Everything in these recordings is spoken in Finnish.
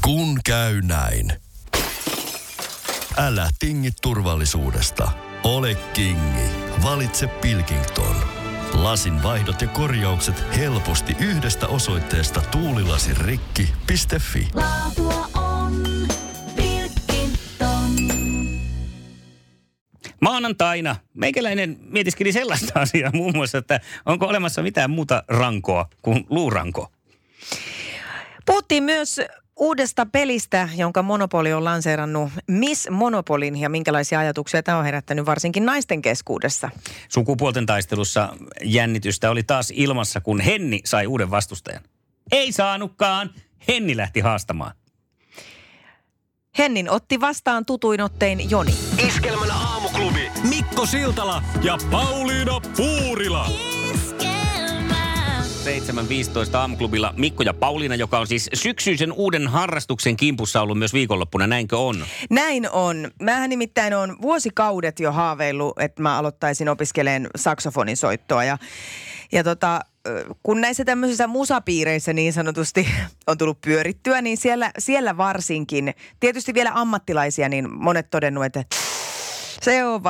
Kun käy näin. Älä tingi turvallisuudesta. Ole kingi. Valitse Pilkington. Lasin vaihdot ja korjaukset helposti yhdestä osoitteesta tuulilasirikki.fi. Laatua on Pilkington. Maanantaina meikäläinen mietiskeli sellaista asiaa muun muassa, että onko olemassa mitään muuta rankoa kuin luuranko. Puhuttiin myös uudesta pelistä, jonka Monopoly on lanseerannut Miss Monopolin ja minkälaisia ajatuksia tämä on herättänyt varsinkin naisten keskuudessa. Sukupuolten taistelussa jännitystä oli taas ilmassa, kun Henni sai uuden vastustajan. Ei saanutkaan. Henni lähti haastamaan. Hennin otti vastaan tutuin ottein Joni. Iskelmän aamuklubi Mikko Siltala ja Pauliina Puurila. 7.15 aamuklubilla Mikko ja Pauliina, joka on siis syksyisen uuden harrastuksen kimpussa ollut myös viikonloppuna. Näinkö on? Näin on. Mähän nimittäin on vuosikaudet jo haaveillut, että mä aloittaisin opiskelemaan saksofonin soittoa. Ja kun näissä tämmöisissä musapiireissä niin sanotusti on tullut pyörittyä, niin siellä varsinkin, tietysti vielä ammattilaisia, niin monet todennut, että se on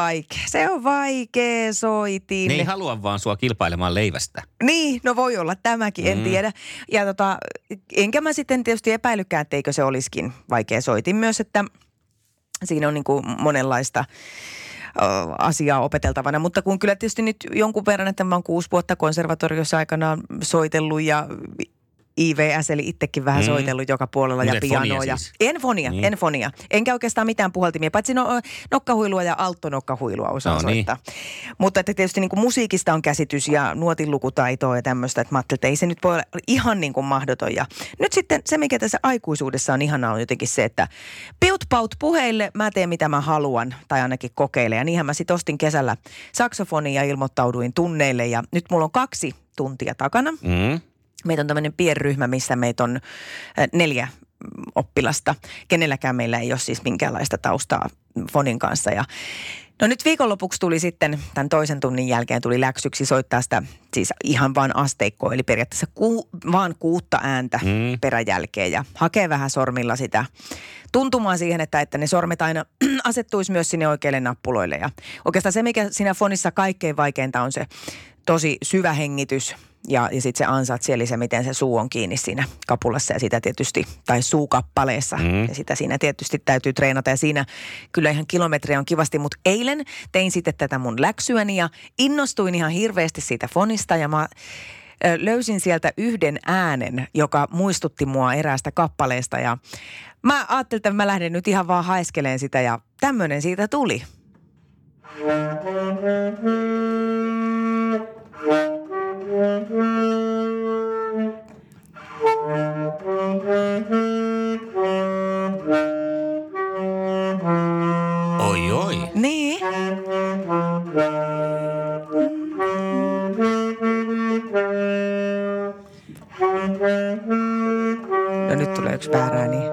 vaikea soitin. Ne ei halua vaan sua kilpailemaan leivästä. Niin, no voi olla tämäkin, en tiedä. Ja enkä mä sitten tietysti epäilykään, etteikö se olisikin vaikea soitin myös, että siinä on niin kuin monenlaista asiaa opeteltavana. Mutta kun kyllä tietysti nyt jonkun verran, että mä oon 6 vuotta konservatoriossa aikanaan soitellut ja IVS, eli itsekin vähän soitellut joka puolella ja pianoa. Ja siis. En fonia. Enkä oikeastaan mitään puhaltimia, paitsi nokkahuilua ja alttonokkahuilua osaa soittaa. Mutta että tietysti niin kuin musiikista on käsitys ja nuotinlukutaitoa ja tämmöistä, että mä ajattelin, että ei se nyt voi olla ihan niin kuin mahdoton. Ja nyt sitten se, mikä tässä aikuisuudessa on ihanaa, on jotenkin se, että piut-paut puheille, mä teen mitä mä haluan, tai ainakin kokeilen. Ja niinhän mä sitten ostin kesällä saksofonia ja ilmoittauduin tunneille, ja nyt mulla on 2 tuntia takana. Meitä on tämmöinen pienryhmä, missä meitä on 4 oppilasta. Kenelläkään meillä ei ole siis minkäänlaista taustaa fonin kanssa. Ja no nyt viikonlopuksi tuli sitten, tämän 2 tunnin jälkeen tuli läksyksi soittaa sitä siis ihan vaan asteikkoa, eli periaatteessa vaan 6 ääntä peräjälkeen ja hakee vähän sormilla sitä tuntumaan siihen, että ne sormet aina asettuisi myös sinne oikeille nappuloille. Ja oikeastaan se, mikä siinä fonissa kaikkein vaikeinta on se tosi syvä hengitys ja sitten se ansatsi, eli se, miten se suu on kiinni siinä kapulassa ja sitä tietysti, tai suukappaleessa. Ja sitä siinä tietysti täytyy treenata ja siinä kyllä ihan kilometriä on kivasti, mutta eilen tein sitten tätä mun läksyäni ja innostuin ihan hirveästi siitä fonista ja mä löysin sieltä yhden äänen, joka muistutti mua eräästä kappaleesta ja mä ajattelin, että mä lähden nyt ihan vaan haeskeleen sitä ja tämmönen siitä tuli. Oi. Niin. No nyt tulee yksi väärää niin.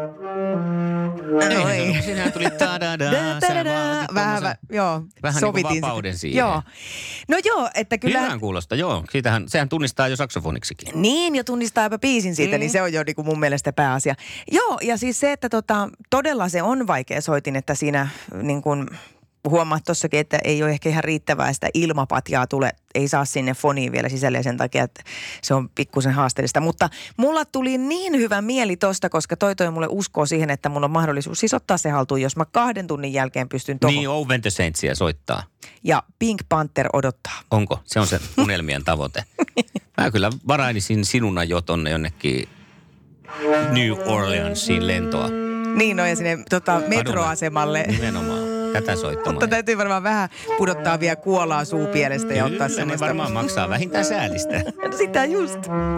Sinähän tuli vähän, joo, vähän sovitin niin kuin vapauden siihen. Joo. No joo, että kyllä. Hyvän kuulosta, joo. Sehän tunnistaa jo saksofoniksikin. Niin, ja tunnistaa jopa biisin siitä, niin se on jo niin kuin mun mielestä pääasia. Joo, ja siis se, että todella se on vaikea soitin, että siinä niin kuin huomaat tossakin, että ei ole ehkä ihan riittävää sitä ilmapatjaa ei saa sinne foniin vielä sisälle sen takia, että se on pikkusen haasteellista. Mutta mulla tuli niin hyvä mieli tosta, koska toi mulle uskoo siihen, että mulla on mahdollisuus siis ottaa se haltuun, jos mä 2 tunnin jälkeen pystyn tohon. Niin, Oh When the Saintsia soittaa. Ja Pink Panther odottaa. Onko? Se on se unelmien tavoite. Mä kyllä varailisin sinuna jo tonne jonnekin New Orleansiin lentoa. Niin, no ja sinne metroasemalle. Nimenomaan. Tätä soittamaan. Mutta täytyy varmaan vähän pudottaa vielä kuolaa suupielestä ja ottaa semmoista. Ne varmaan maksaa vähintään säälistä. No sitä just.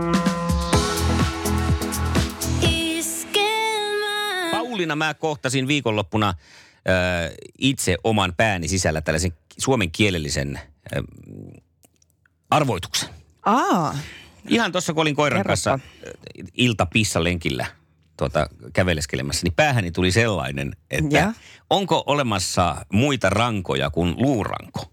Pauliina, mä kohtasin viikonloppuna itse oman pääni sisällä tällaisen suomenkielellisen arvoituksen. Ihan tuossa, kun olin koiran kanssa iltapissalenkillä käveleskelemässä, niin päähäni tuli sellainen, että onko olemassa muita rankoja kuin luuranko?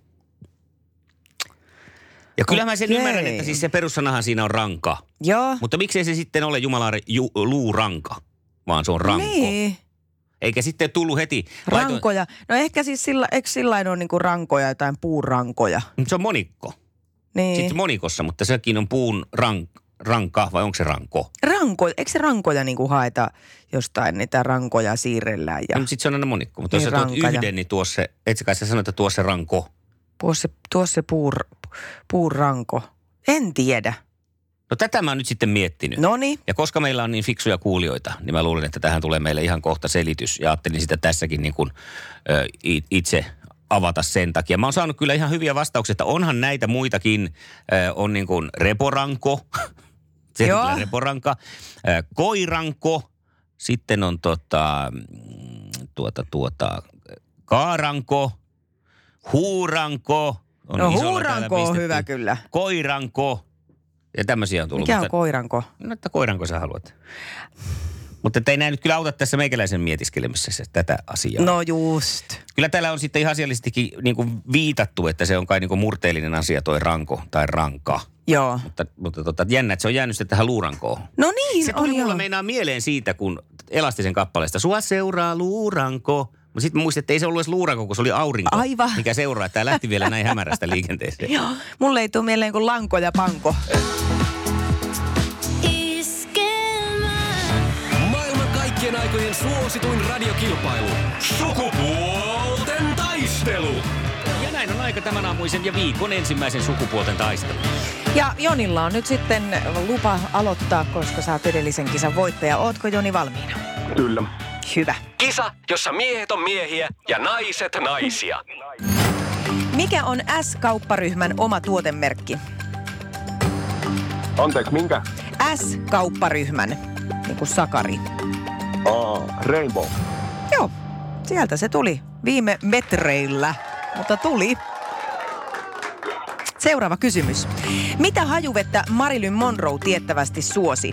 Ja kyllä mä sen ymmärrän, että siis se perussanahan siinä on ranka. Joo. Mutta miksei se sitten ole luuranka? vaan se on ranko. Niin. Eikä sitten tullut heti. Rankoja. No ehkä siis eikö sillain ole niinku rankoja, jotain puurankoja? Se on monikko. Niin. Sitten monikossa, mutta sekin on puun ranka, vai onko se ranko? Eikö se rankoja niinku haeta jostain, niitä rankoja siirrellään? Ja... No, sitten se on aina monikko, mutta niin jos sä tuot yhden, niin tuo se, etsikö kai sä sanoit, että tuo se ranko? Tuo se puuranko. En tiedä. No tätä mä oon nyt sitten miettinyt. Noniin. Ja koska meillä on niin fiksuja kuulijoita, niin mä luulen, että tähän tulee meille ihan kohta selitys. Ja ajattelin sitä tässäkin niin kuin, itse avata sen takia. Mä oon saanut kyllä ihan hyviä vastauksia, että onhan näitä muitakin. On niin kuin reporanko, se on kyllä reporanka, koiranko, sitten on kaaranko, huuranko. No huuranko on hyvä kyllä. Koiranko. Ja tämmöisiä on tullut. Mikä on koiranko? No, että koiranko sä haluat. Mutta ei näin nyt kyllä auta tässä meikäläisen mietiskelemisessä tätä asiaa. No just. Kyllä täällä on sitten ihan asiallisestikin niin kuin viitattu, että se on kai niin kuin murteellinen asia toi ranko tai ranka. Joo. Mutta jännä, että se on jäänyt sitten tähän luurankoon. No niin, se tuli mulla meinaa mieleen siitä, kun Elastisen kappaleesta sua seuraa luuranko. Mutta sitten muistin, että ei se ollut edes luuranko, kun se oli aurinko. Aivan. Mikä seuraa, että tämä lähti vielä näin hämärästä liikenteeseen. Joo, mulle ei tule mieleen kuin lanko ja panko. Maailman kaikkien aikojen suosituin radiokilpailu. Sukupuolten taistelu. Ja näin on aika tämän aamuisen ja viikon ensimmäisen sukupuolten taistelun. Ja Jonilla on nyt sitten lupa aloittaa, koska sä oot edellisen kisan voittaja. Ootko Joni valmiina? Kyllä. Hyvä. Kisa, jossa miehet on miehiä ja naiset naisia. Mikä on S-kaupparyhmän oma tuotemerkki? Anteeksi, minkä? S-kaupparyhmän, niin kuin sakari. Rainbow. Joo, sieltä se tuli viime metreillä, mutta tuli. Seuraava kysymys. Mitä hajuvettä Marilyn Monroe tiettävästi suosi?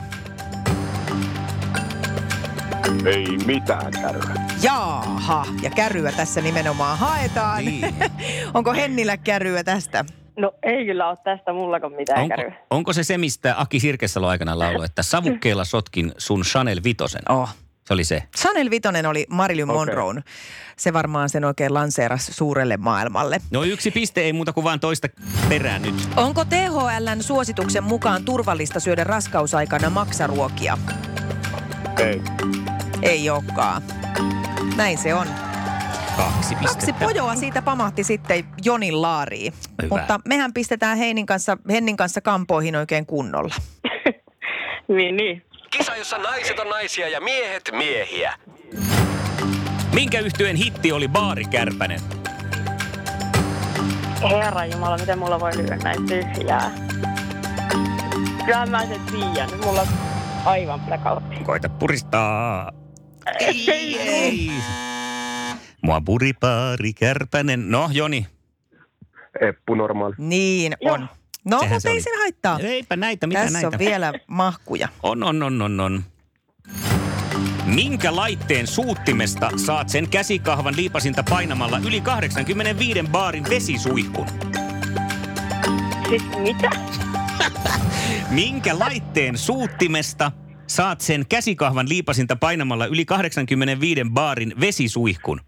Ei mitään kärryä. Jaaha, ja kärryä tässä nimenomaan haetaan. Niin. Onko Hennillä kärryä tästä? No ei kyllä ole tästä mullakaan mitään kärryä. Onko se, mistä Aki Sirkesalo aikana lauloi, että savukkeella sotkin sun Chanel Vitosen? Oh. Se oli se. Chanel Vitonen oli Marilyn Monroen. Se varmaan sen oikein lanseerasi suurelle maailmalle. No 1 piste, ei muuta kuin vaan toista perään nyt. Onko THL:n suosituksen mukaan turvallista syödä raskausaikana maksaruokia? Ei. Ei olekaan. Näin se on. 2 pistettä. 2 pojoa siitä pamahti sitten Jonin laariin. Hyvä. Mutta mehän pistetään Hennin kanssa kampoihin oikein kunnolla. Niin. Kisa, jossa naiset on naisia ja miehet miehiä. Minkä yhtyeen hitti oli Baarikärpänen? Herranjumala, miten mulla voi lyödä näin tyhjää? Kyllähän mä sen tiedän. Mulla on aivan blackoutti. Koita puristaa. Ei. Mua puri Baarikärpänen. No, Joni. Eppu normaali. Niin on. No, Sehän mutta se ei oli. sen haittaa. Eipä näitä, mitä Tässä näitä. on vielä mahkuja. On. Minkä laitteen suuttimesta saat sen käsikahvan liipasinta painamalla yli 85 baarin vesisuihkun? Siis mitä? Minkä laitteen suuttimesta saat sen käsikahvan liipasinta painamalla yli 85 baarin vesisuihkun?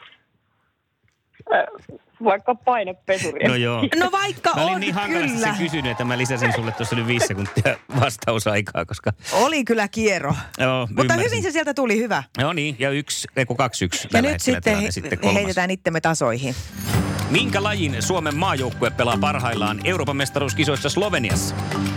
Vaikka painepesuri. No joo. No vaikka Mä olin on, niin hankalasti kyllä. sen kysynyt, että mä lisäsin sulle tuossa nyt 5 sekuntia vastausaikaa, koska... Oli kyllä kierro. Joo, Mutta ymmärsin. hyvin se sieltä tuli, hyvä. No niin, ja 2-1. Ja tällä nyt hetkellä sitten kolmas. heitetään itsemme tasoihin. Minkä lajin Suomen maajoukkue pelaa parhaillaan Euroopan mestaruuskisoissa Sloveniassa?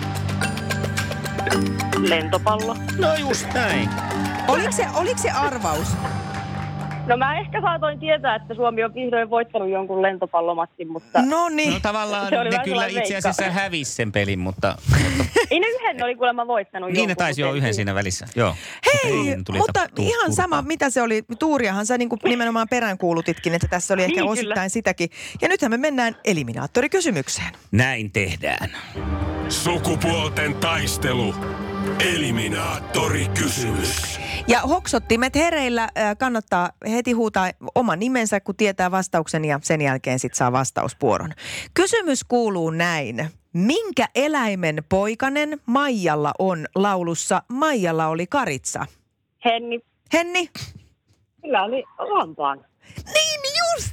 Lentopallo. No just näin. Oliko se arvaus? No mä ehkä saatoin tietää, että Suomi on vihdoin voittanut jonkun lentopallomatsin, mutta... No niin. No tavallaan Se oli ne vähän kyllä sellainen itse asiassa hävisi sen pelin, mutta Ei ne yhden oli kuulemma voittanut niin ne jonkun, taisi mutta olla en yhden tiedä. siinä välissä. Joo. Hei, Eilen tuli mutta ihan turpaa. sama, mitä se oli. Tuuriahan sä niinku nimenomaan peräänkuulutitkin, että tässä oli ehkä Niin, osittain kyllä. sitäkin. Ja nythän me mennään eliminaattorikysymykseen. Näin tehdään. Sukupuolten taistelu. Eliminaattorikysymys. Ja hoksottimet hereillä kannattaa heti huutaa oman nimensä, kun tietää vastauksen ja sen jälkeen sit saa vastausvuoron. Kysymys kuuluu näin. Minkä eläimen poikanen Maijalla on laulussa Maijalla oli karitsa? Henni. Kyllä oli lampaan. Niin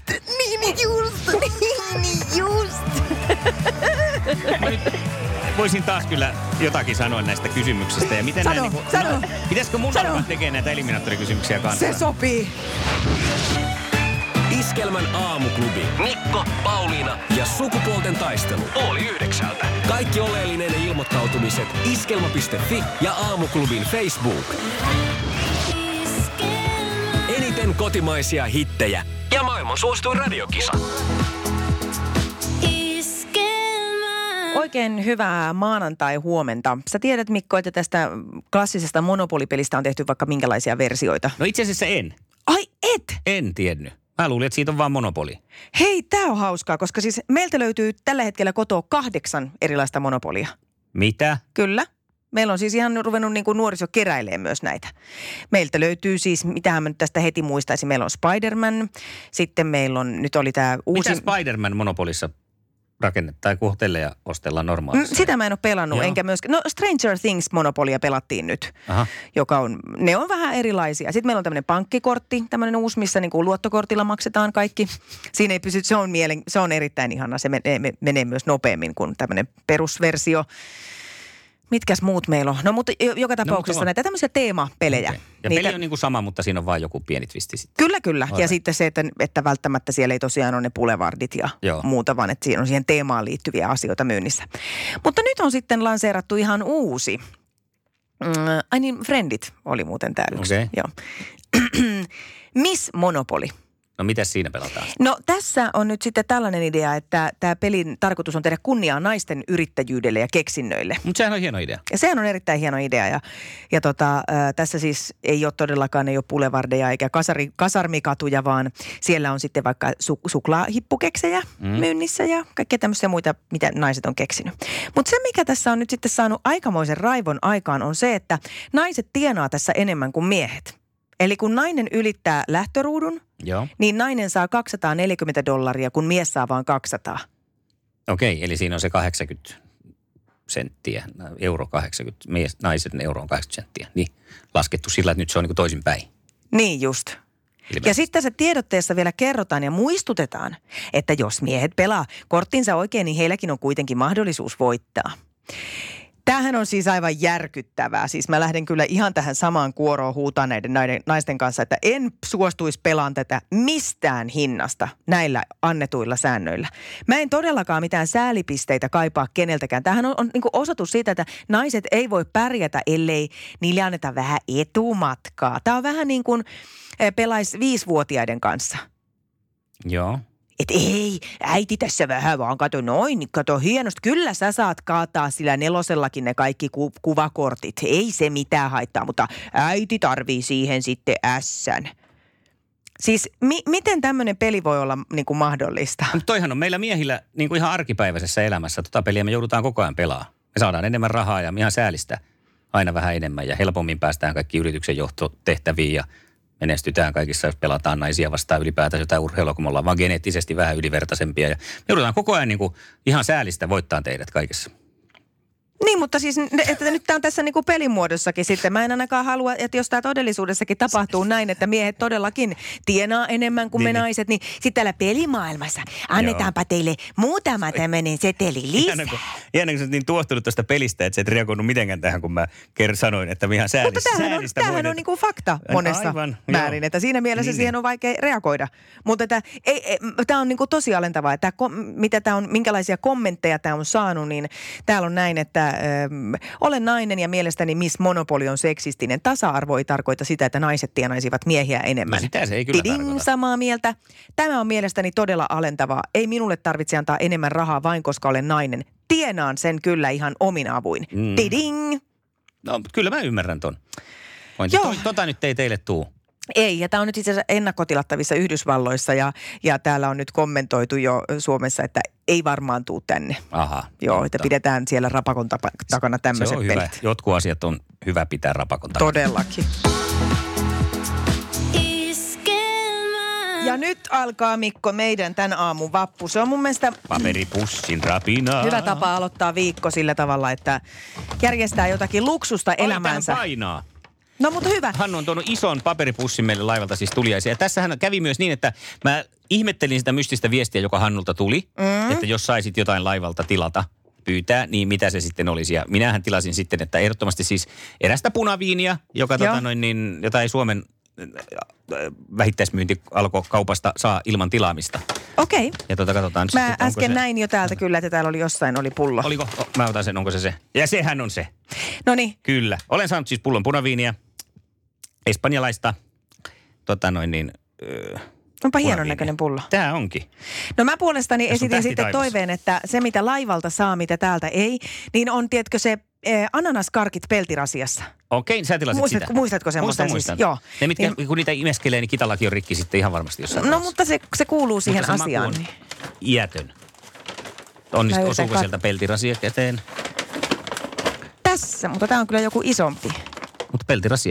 just. Mä nyt voisin taas kyllä jotakin sanoa näistä kysymyksistä. Ja miten Sano. Pitäisikö mun alkaa tekemään näitä eliminaattorikysymyksiä kanssa? Se sopii. Iskelmän aamuklubi. Mikko, Pauliina ja sukupuolten taistelu. 8:30. Kaikki oleellinen ilmoittautumiset iskelma.fi ja aamuklubin Facebook. Eniten kotimaisia hittejä ja maailman suosituin radiokisa. Oikein hyvää maanantai-huomenta. Sä tiedät, Mikko, että tästä klassisesta Monopoly-pelistä on tehty vaikka minkälaisia versioita. No itse asiassa en. Ai et? En tiennyt. Mä luulin, että siitä on vaan Monopoly. Hei, tää on hauskaa, koska siis meiltä löytyy tällä hetkellä kotoa 8 erilaista Monopolia. Mitä? Kyllä. Meillä on siis ihan ruvennut niin kuin nuoriso keräilee myös näitä. Meiltä löytyy siis, mitähän mä nyt tästä heti muistaisin, meillä on Spider-Man, sitten meillä on, nyt oli tämä uusi... Mitä Spider-Man Monopolissa rakennettaan, tai kun hotelleja ostellaan normaalisti? Sitä mä en ole pelannut, enkä myöskään. No Stranger Things Monopolia pelattiin nyt, joka on, ne on vähän erilaisia. Sitten meillä on tämmöinen pankkikortti, tämmöinen uusi, missä niin kuin luottokortilla maksetaan kaikki. Siinä ei pysy, se on erittäin ihana, se menee myös nopeammin kuin tämmöinen perusversio. Mitkäs muut meillä on? No mutta joka tapauksessa näitä tämmöisiä teemapelejä. Okay. Ja peli on niin kuin sama, mutta siinä on vain joku pieni twisti sitten. Kyllä. Okay. Ja sitten se, että välttämättä siellä ei tosiaan ole ne boulevardit ja muuta, vaan että siinä on siihen teemaan liittyviä asioita myynnissä. Mutta nyt on sitten lanseerattu ihan uusi. Friendit oli muuten tämä yksi. Okay. Joo. Miss Monopoly. No mitäs siinä pelataan? No tässä on nyt sitten tällainen idea, että tämä pelin tarkoitus on tehdä kunniaa naisten yrittäjyydelle ja keksinnöille. Mutta sehän on hieno idea. Ja sehän on erittäin hieno idea ja tässä siis ei ole todellakaan, ei ole boulevardeja eikä kasarmikatuja, vaan siellä on sitten vaikka suklaahippukeksejä myynnissä ja kaikkea tämmöisiä muita, mitä naiset on keksinyt. Mutta se, mikä tässä on nyt sitten saanut aikamoisen raivon aikaan, on se, että naiset tienaa tässä enemmän kuin miehet. Eli kun nainen ylittää lähtöruudun, niin nainen saa $240, kun mies saa vaan 200. Okei, eli siinä on se 80 senttiä, euro 80, naisen euro on 80 senttiä. Niin laskettu sillä, että nyt se on niin kuin toisinpäin. Niin just. Ja sitten tässä tiedotteessa vielä kerrotaan ja muistutetaan, että jos miehet pelaa korttinsa oikein, niin heilläkin on kuitenkin mahdollisuus voittaa. Tämähän on siis aivan järkyttävää. Siis mä lähden kyllä ihan tähän samaan kuoroon huutaan näiden naisten kanssa, että en suostuisi pelaan tätä mistään hinnasta näillä annetuilla säännöillä. Mä en todellakaan mitään säälipisteitä kaipaa keneltäkään. Tämähän on niin kuin osoitus siitä, että naiset ei voi pärjätä, ellei niille anneta vähän etumatkaa. Tämä on vähän niin kuin pelaisi 5-vuotiaiden kanssa. Joo. Että ei, äiti tässä vähän vaan, kato hienosti. Kyllä sä saat kaataa sillä 4:llakin ne kaikki kuvakortit. Ei se mitään haittaa, mutta äiti tarvii siihen sitten ässän. Siis miten tämmöinen peli voi olla niin kuin mahdollista? No, toihan on meillä miehillä niin kuin ihan arkipäiväisessä elämässä. Peliä me joudutaan koko ajan pelaamaan. Me saadaan enemmän rahaa ja ihan säälistä aina vähän enemmän ja helpommin päästään kaikki yrityksen johtotehtäviin ja menestytään kaikissa, jos pelataan naisia vastaan ylipäätään jotain urheilua, kun me ollaan vaan geneettisesti vähän ylivertaisempia. Ja me joudutaan koko ajan niin kuin ihan säälistä voittaa teidät kaikessa. Niin, mutta siis että nyt tämä on tässä niin kuin pelimuodossakin sitten. Mä en ainakaan halua, että jos tämä todellisuudessakin tapahtuu näin, että miehet todellakin tienaa enemmän kuin me naiset, niin sitten täällä pelimaailmassa annetaanpa teille muutama tämmöinen seteli lisää. Hienoa, kun sä oot niin tuostunut tuosta pelistä, että sä et reagoinut mitenkään tähän, kun mä sanoin, että me ihan säälistä Mutta tämähän on niin kuin fakta monessa määrin, että siinä mielessä siihen on vaikea reagoida. Mutta tämä on niin kuin tosi alentavaa, että minkälaisia kommentteja tämä on saanut, niin täällä on näin, että olen nainen ja mielestäni Miss Monopoly on seksistinen. Tasa-arvo ei tarkoita sitä, että naiset tienaisivat miehiä enemmän. No sitä se ei kyllä tarkoita. Samaa mieltä. Tämä on mielestäni todella alentavaa. Ei minulle tarvitse antaa enemmän rahaa vain, koska olen nainen. Tienaan sen kyllä ihan omin avuin. Tiding! No kyllä mä ymmärrän ton. Tota nyt ei teille tuu. Ei, ja tämä on nyt itse asiassa ennakkotilattavissa Yhdysvalloissa ja täällä on nyt kommentoitu jo Suomessa, että ei varmaan tuu tänne. Aha. Joo, että pidetään siellä rapakon takana tämmöiset pelit. Se on hyvä. Jotkut asiat on hyvä pitää rapakon takana. Todellakin. Ja nyt alkaa, Mikko, meidän tämän aamun vappu. Se on mun mielestä paperipussin rapinaa. Hyvä tapa aloittaa viikko sillä tavalla, että järjestää jotakin luksusta elämäänsä. Painaa. No mutta hyvä. Hannu on tuonut ison paperipussin meille laivalta siis tuliaisia. Ja tässähän kävi myös niin, että mä ihmettelin sitä mystistä viestiä, joka Hannulta tuli, että jos saisit jotain laivalta tilata, pyytää, niin mitä se sitten olisi. Ja minähän tilasin sitten, että ehdottomasti siis erästä punaviinia, jota ei Suomen vähittäismyynti alkoi kaupasta saa ilman tilaamista. Okei. Ja katsotaan mä sitten, äsken näin jo täältä kyllä, että täällä oli jossain oli pullo. Oliko? Mä otan sen, onko se? Ja sehän on se. Noniin. Kyllä. Olen saanut siis pullon punaviiniä, espanjalaista, onpa hienon näköinen pullo. Tää onkin. No mä puolestani esitin sitten toiveen, että se mitä laivalta saa, mitä täältä ei, niin on tiedätkö se ananaskarkit peltirasiassa. Okei, sä tilasit sitä. Muistatko semmoista? Muistan. Joo. Ne, mitkä, kun niitä imeskelee, niin kitalaki on rikki sitten ihan varmasti jossain vaiheessa. Mutta se kuuluu siihen mutta asiaan. Maku on iätön. Osuuko sieltä peltirasia käteen? Tässä, mutta tää on kyllä joku isompi. Mutta peltirasia.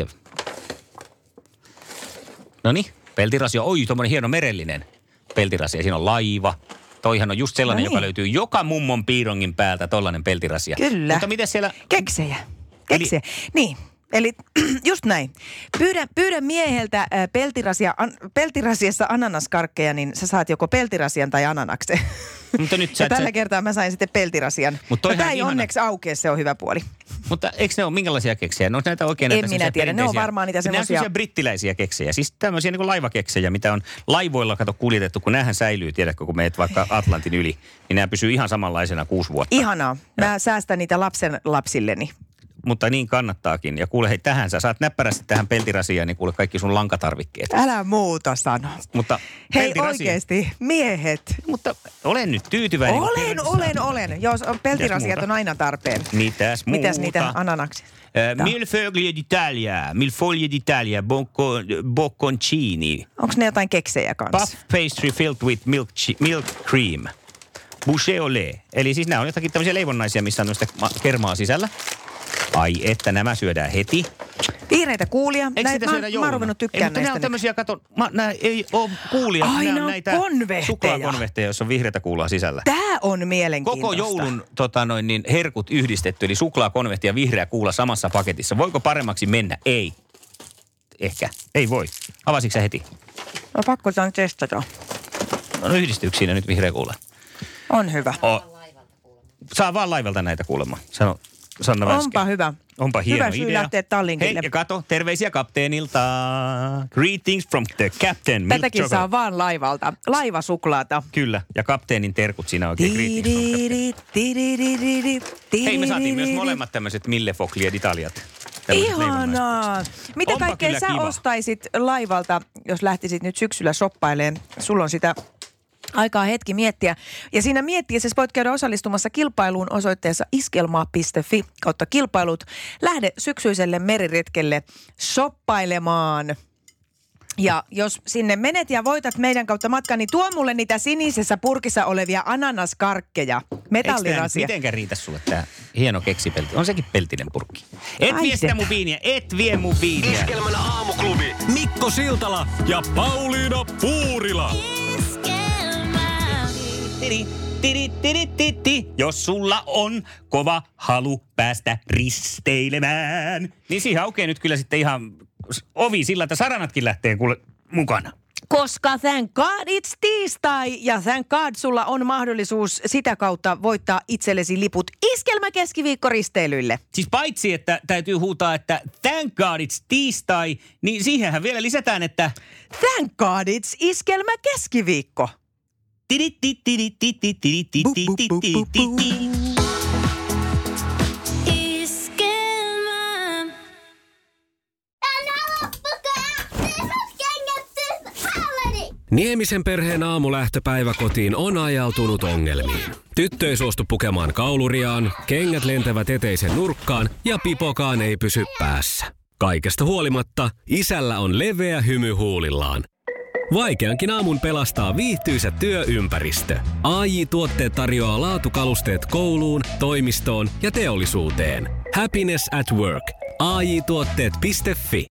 Noniin, peltirasia. Oi, tommonen hieno merellinen peltirasia. Siinä on laiva. Toihan on just sellainen, joka löytyy joka mummon piirongin päältä, tollainen peltirasia. Kyllä. Mutta miten siellä... Keksejä. Niin. Eli just näin. Pyydä mieheltä peltirasiassa ananaskarkkeja, niin sä saat joko peltirasian tai ananaksen. Mutta nyt ja tällä kertaa mä sain sitten peltirasian. Mutta tämä ei onneksi aukea, se on hyvä puoli. Mutta eikö ne ole minkälaisia keksejä? Ne on näitä oikein näitä en minä tiedä, ne on varmaan niitä semmoisia... Ne on brittiläisiä keksejä, siis tämmöisiä niin kuin laivakeksejä, mitä on laivoilla kuljetettu, kun näähän säilyy, tiedätkö, kun meet vaikka Atlantin yli, niin nämä pysyy ihan samanlaisena 6 vuotta. Ihanaa. Mä säästän niitä lapsen lapsilleni. Mutta niin kannattaakin. Ja kuule, hei, tähän sä saat näppärästi tähän peltirasiaan, niin kuule kaikki sun lankatarvikkeet. Älä muuta sano. Mutta hei oikeesti, miehet. Mutta olen nyt tyytyväinen. Olen. Jos peltirasiat on aina tarpeen. Mitäs niitä ananaksia? Milfoglie d'Italia, bocconcini. Onko ne jotain keksejä kanssa? Puff pastry filled with milk cream. Boucher au lait. Eli siis nämä on jotakin tämmöisiä leivonnaisia, missä on tämmöistä kermaa sisällä. Ai että nämä syödään heti. Vihreitä kuulia. Eikö sitä syödä jouluna? Mä oon ruvennut tykkään näistä. Nämä on tämmöisiä, nämä ei ole kuulia. Aina on näitä konvehteja. Suklaakonvehteja, joissa on vihreitä kuulaa sisällä. Tää on mielenkiintoista. Koko joulun herkut yhdistetty, eli suklaakonvehti ja vihreä kuula samassa paketissa. Voiko paremmaksi mennä? Ei. Ehkä. Ei voi. Avasitko sä heti? No pakko tämän testata. No yhdistyykö siinä nyt vihreä kuula? On hyvä. Saa vaan laivalta näitä kuulemma. Sano Sanna Vänskä. Onpa hyvä. Onpa hieno hyvä syy idea. lähteä Tallinkille. Hei, ja kato, terveisiä kapteenilta. Greetings from the captain. Tätäkin saa vaan laivalta. Laivasuklaata. Kyllä, ja kapteenin terkut siinä oikein. Hei, me saatiin myös molemmat tämmöiset millefoglie d'Italiat. Ihanaa. Mitä onpa kaikkea sä ostaisit laivalta, jos lähtisit nyt syksyllä shoppailemaan? Sulla on sitä aikaa hetki miettiä. Ja siinä miettiessä voit käydä osallistumassa kilpailuun osoitteessa iskelma.fi/kilpailut. Lähde syksyiselle meriretkelle shoppailemaan. Ja jos sinne menet ja voitat meidän kautta matkan, niin tuo mulle niitä sinisessä purkissa olevia ananaskarkkeja. Metallirasia. Mitenkä riitä sulle tää hieno keksipelti? On sekin peltinen purkki. Et vie sitä mun viiniä, et vie mun viiniä. Iskelmän aamuklubi. Mikko Siltala ja Pauliina Puurila. Jos sulla on kova halu päästä risteilemään, niin siihen aukeaa nyt kyllä sitten ihan ovi sillä, että saranatkin lähtee kuule mukana. Koska thank God it's tiistai ja thank God sulla on mahdollisuus sitä kautta voittaa itsellesi liput Iskelmä-keskiviikkoristeilyille. Siis paitsi, että täytyy huutaa, että thank God it's tiistai, niin siihenhän vielä lisätään, että thank God it's Iskelmä-keskiviikko. Niemisen perheen aamulähtöpäivä kotiin on ajautunut ongelmiin. Tyttö ei suostu pukemaan kauluriaan, kengät lentävät eteisen nurkkaan ja pipokaan ei pysy päässä. Kaikesta huolimatta isällä on leveä hymy huulillaan. Vaikeankin aamun pelastaa viihtyisä työympäristö. AJ-tuotteet tarjoaa laatukalusteet kouluun, toimistoon ja teollisuuteen. Happiness at work. AJ-tuotteet.fi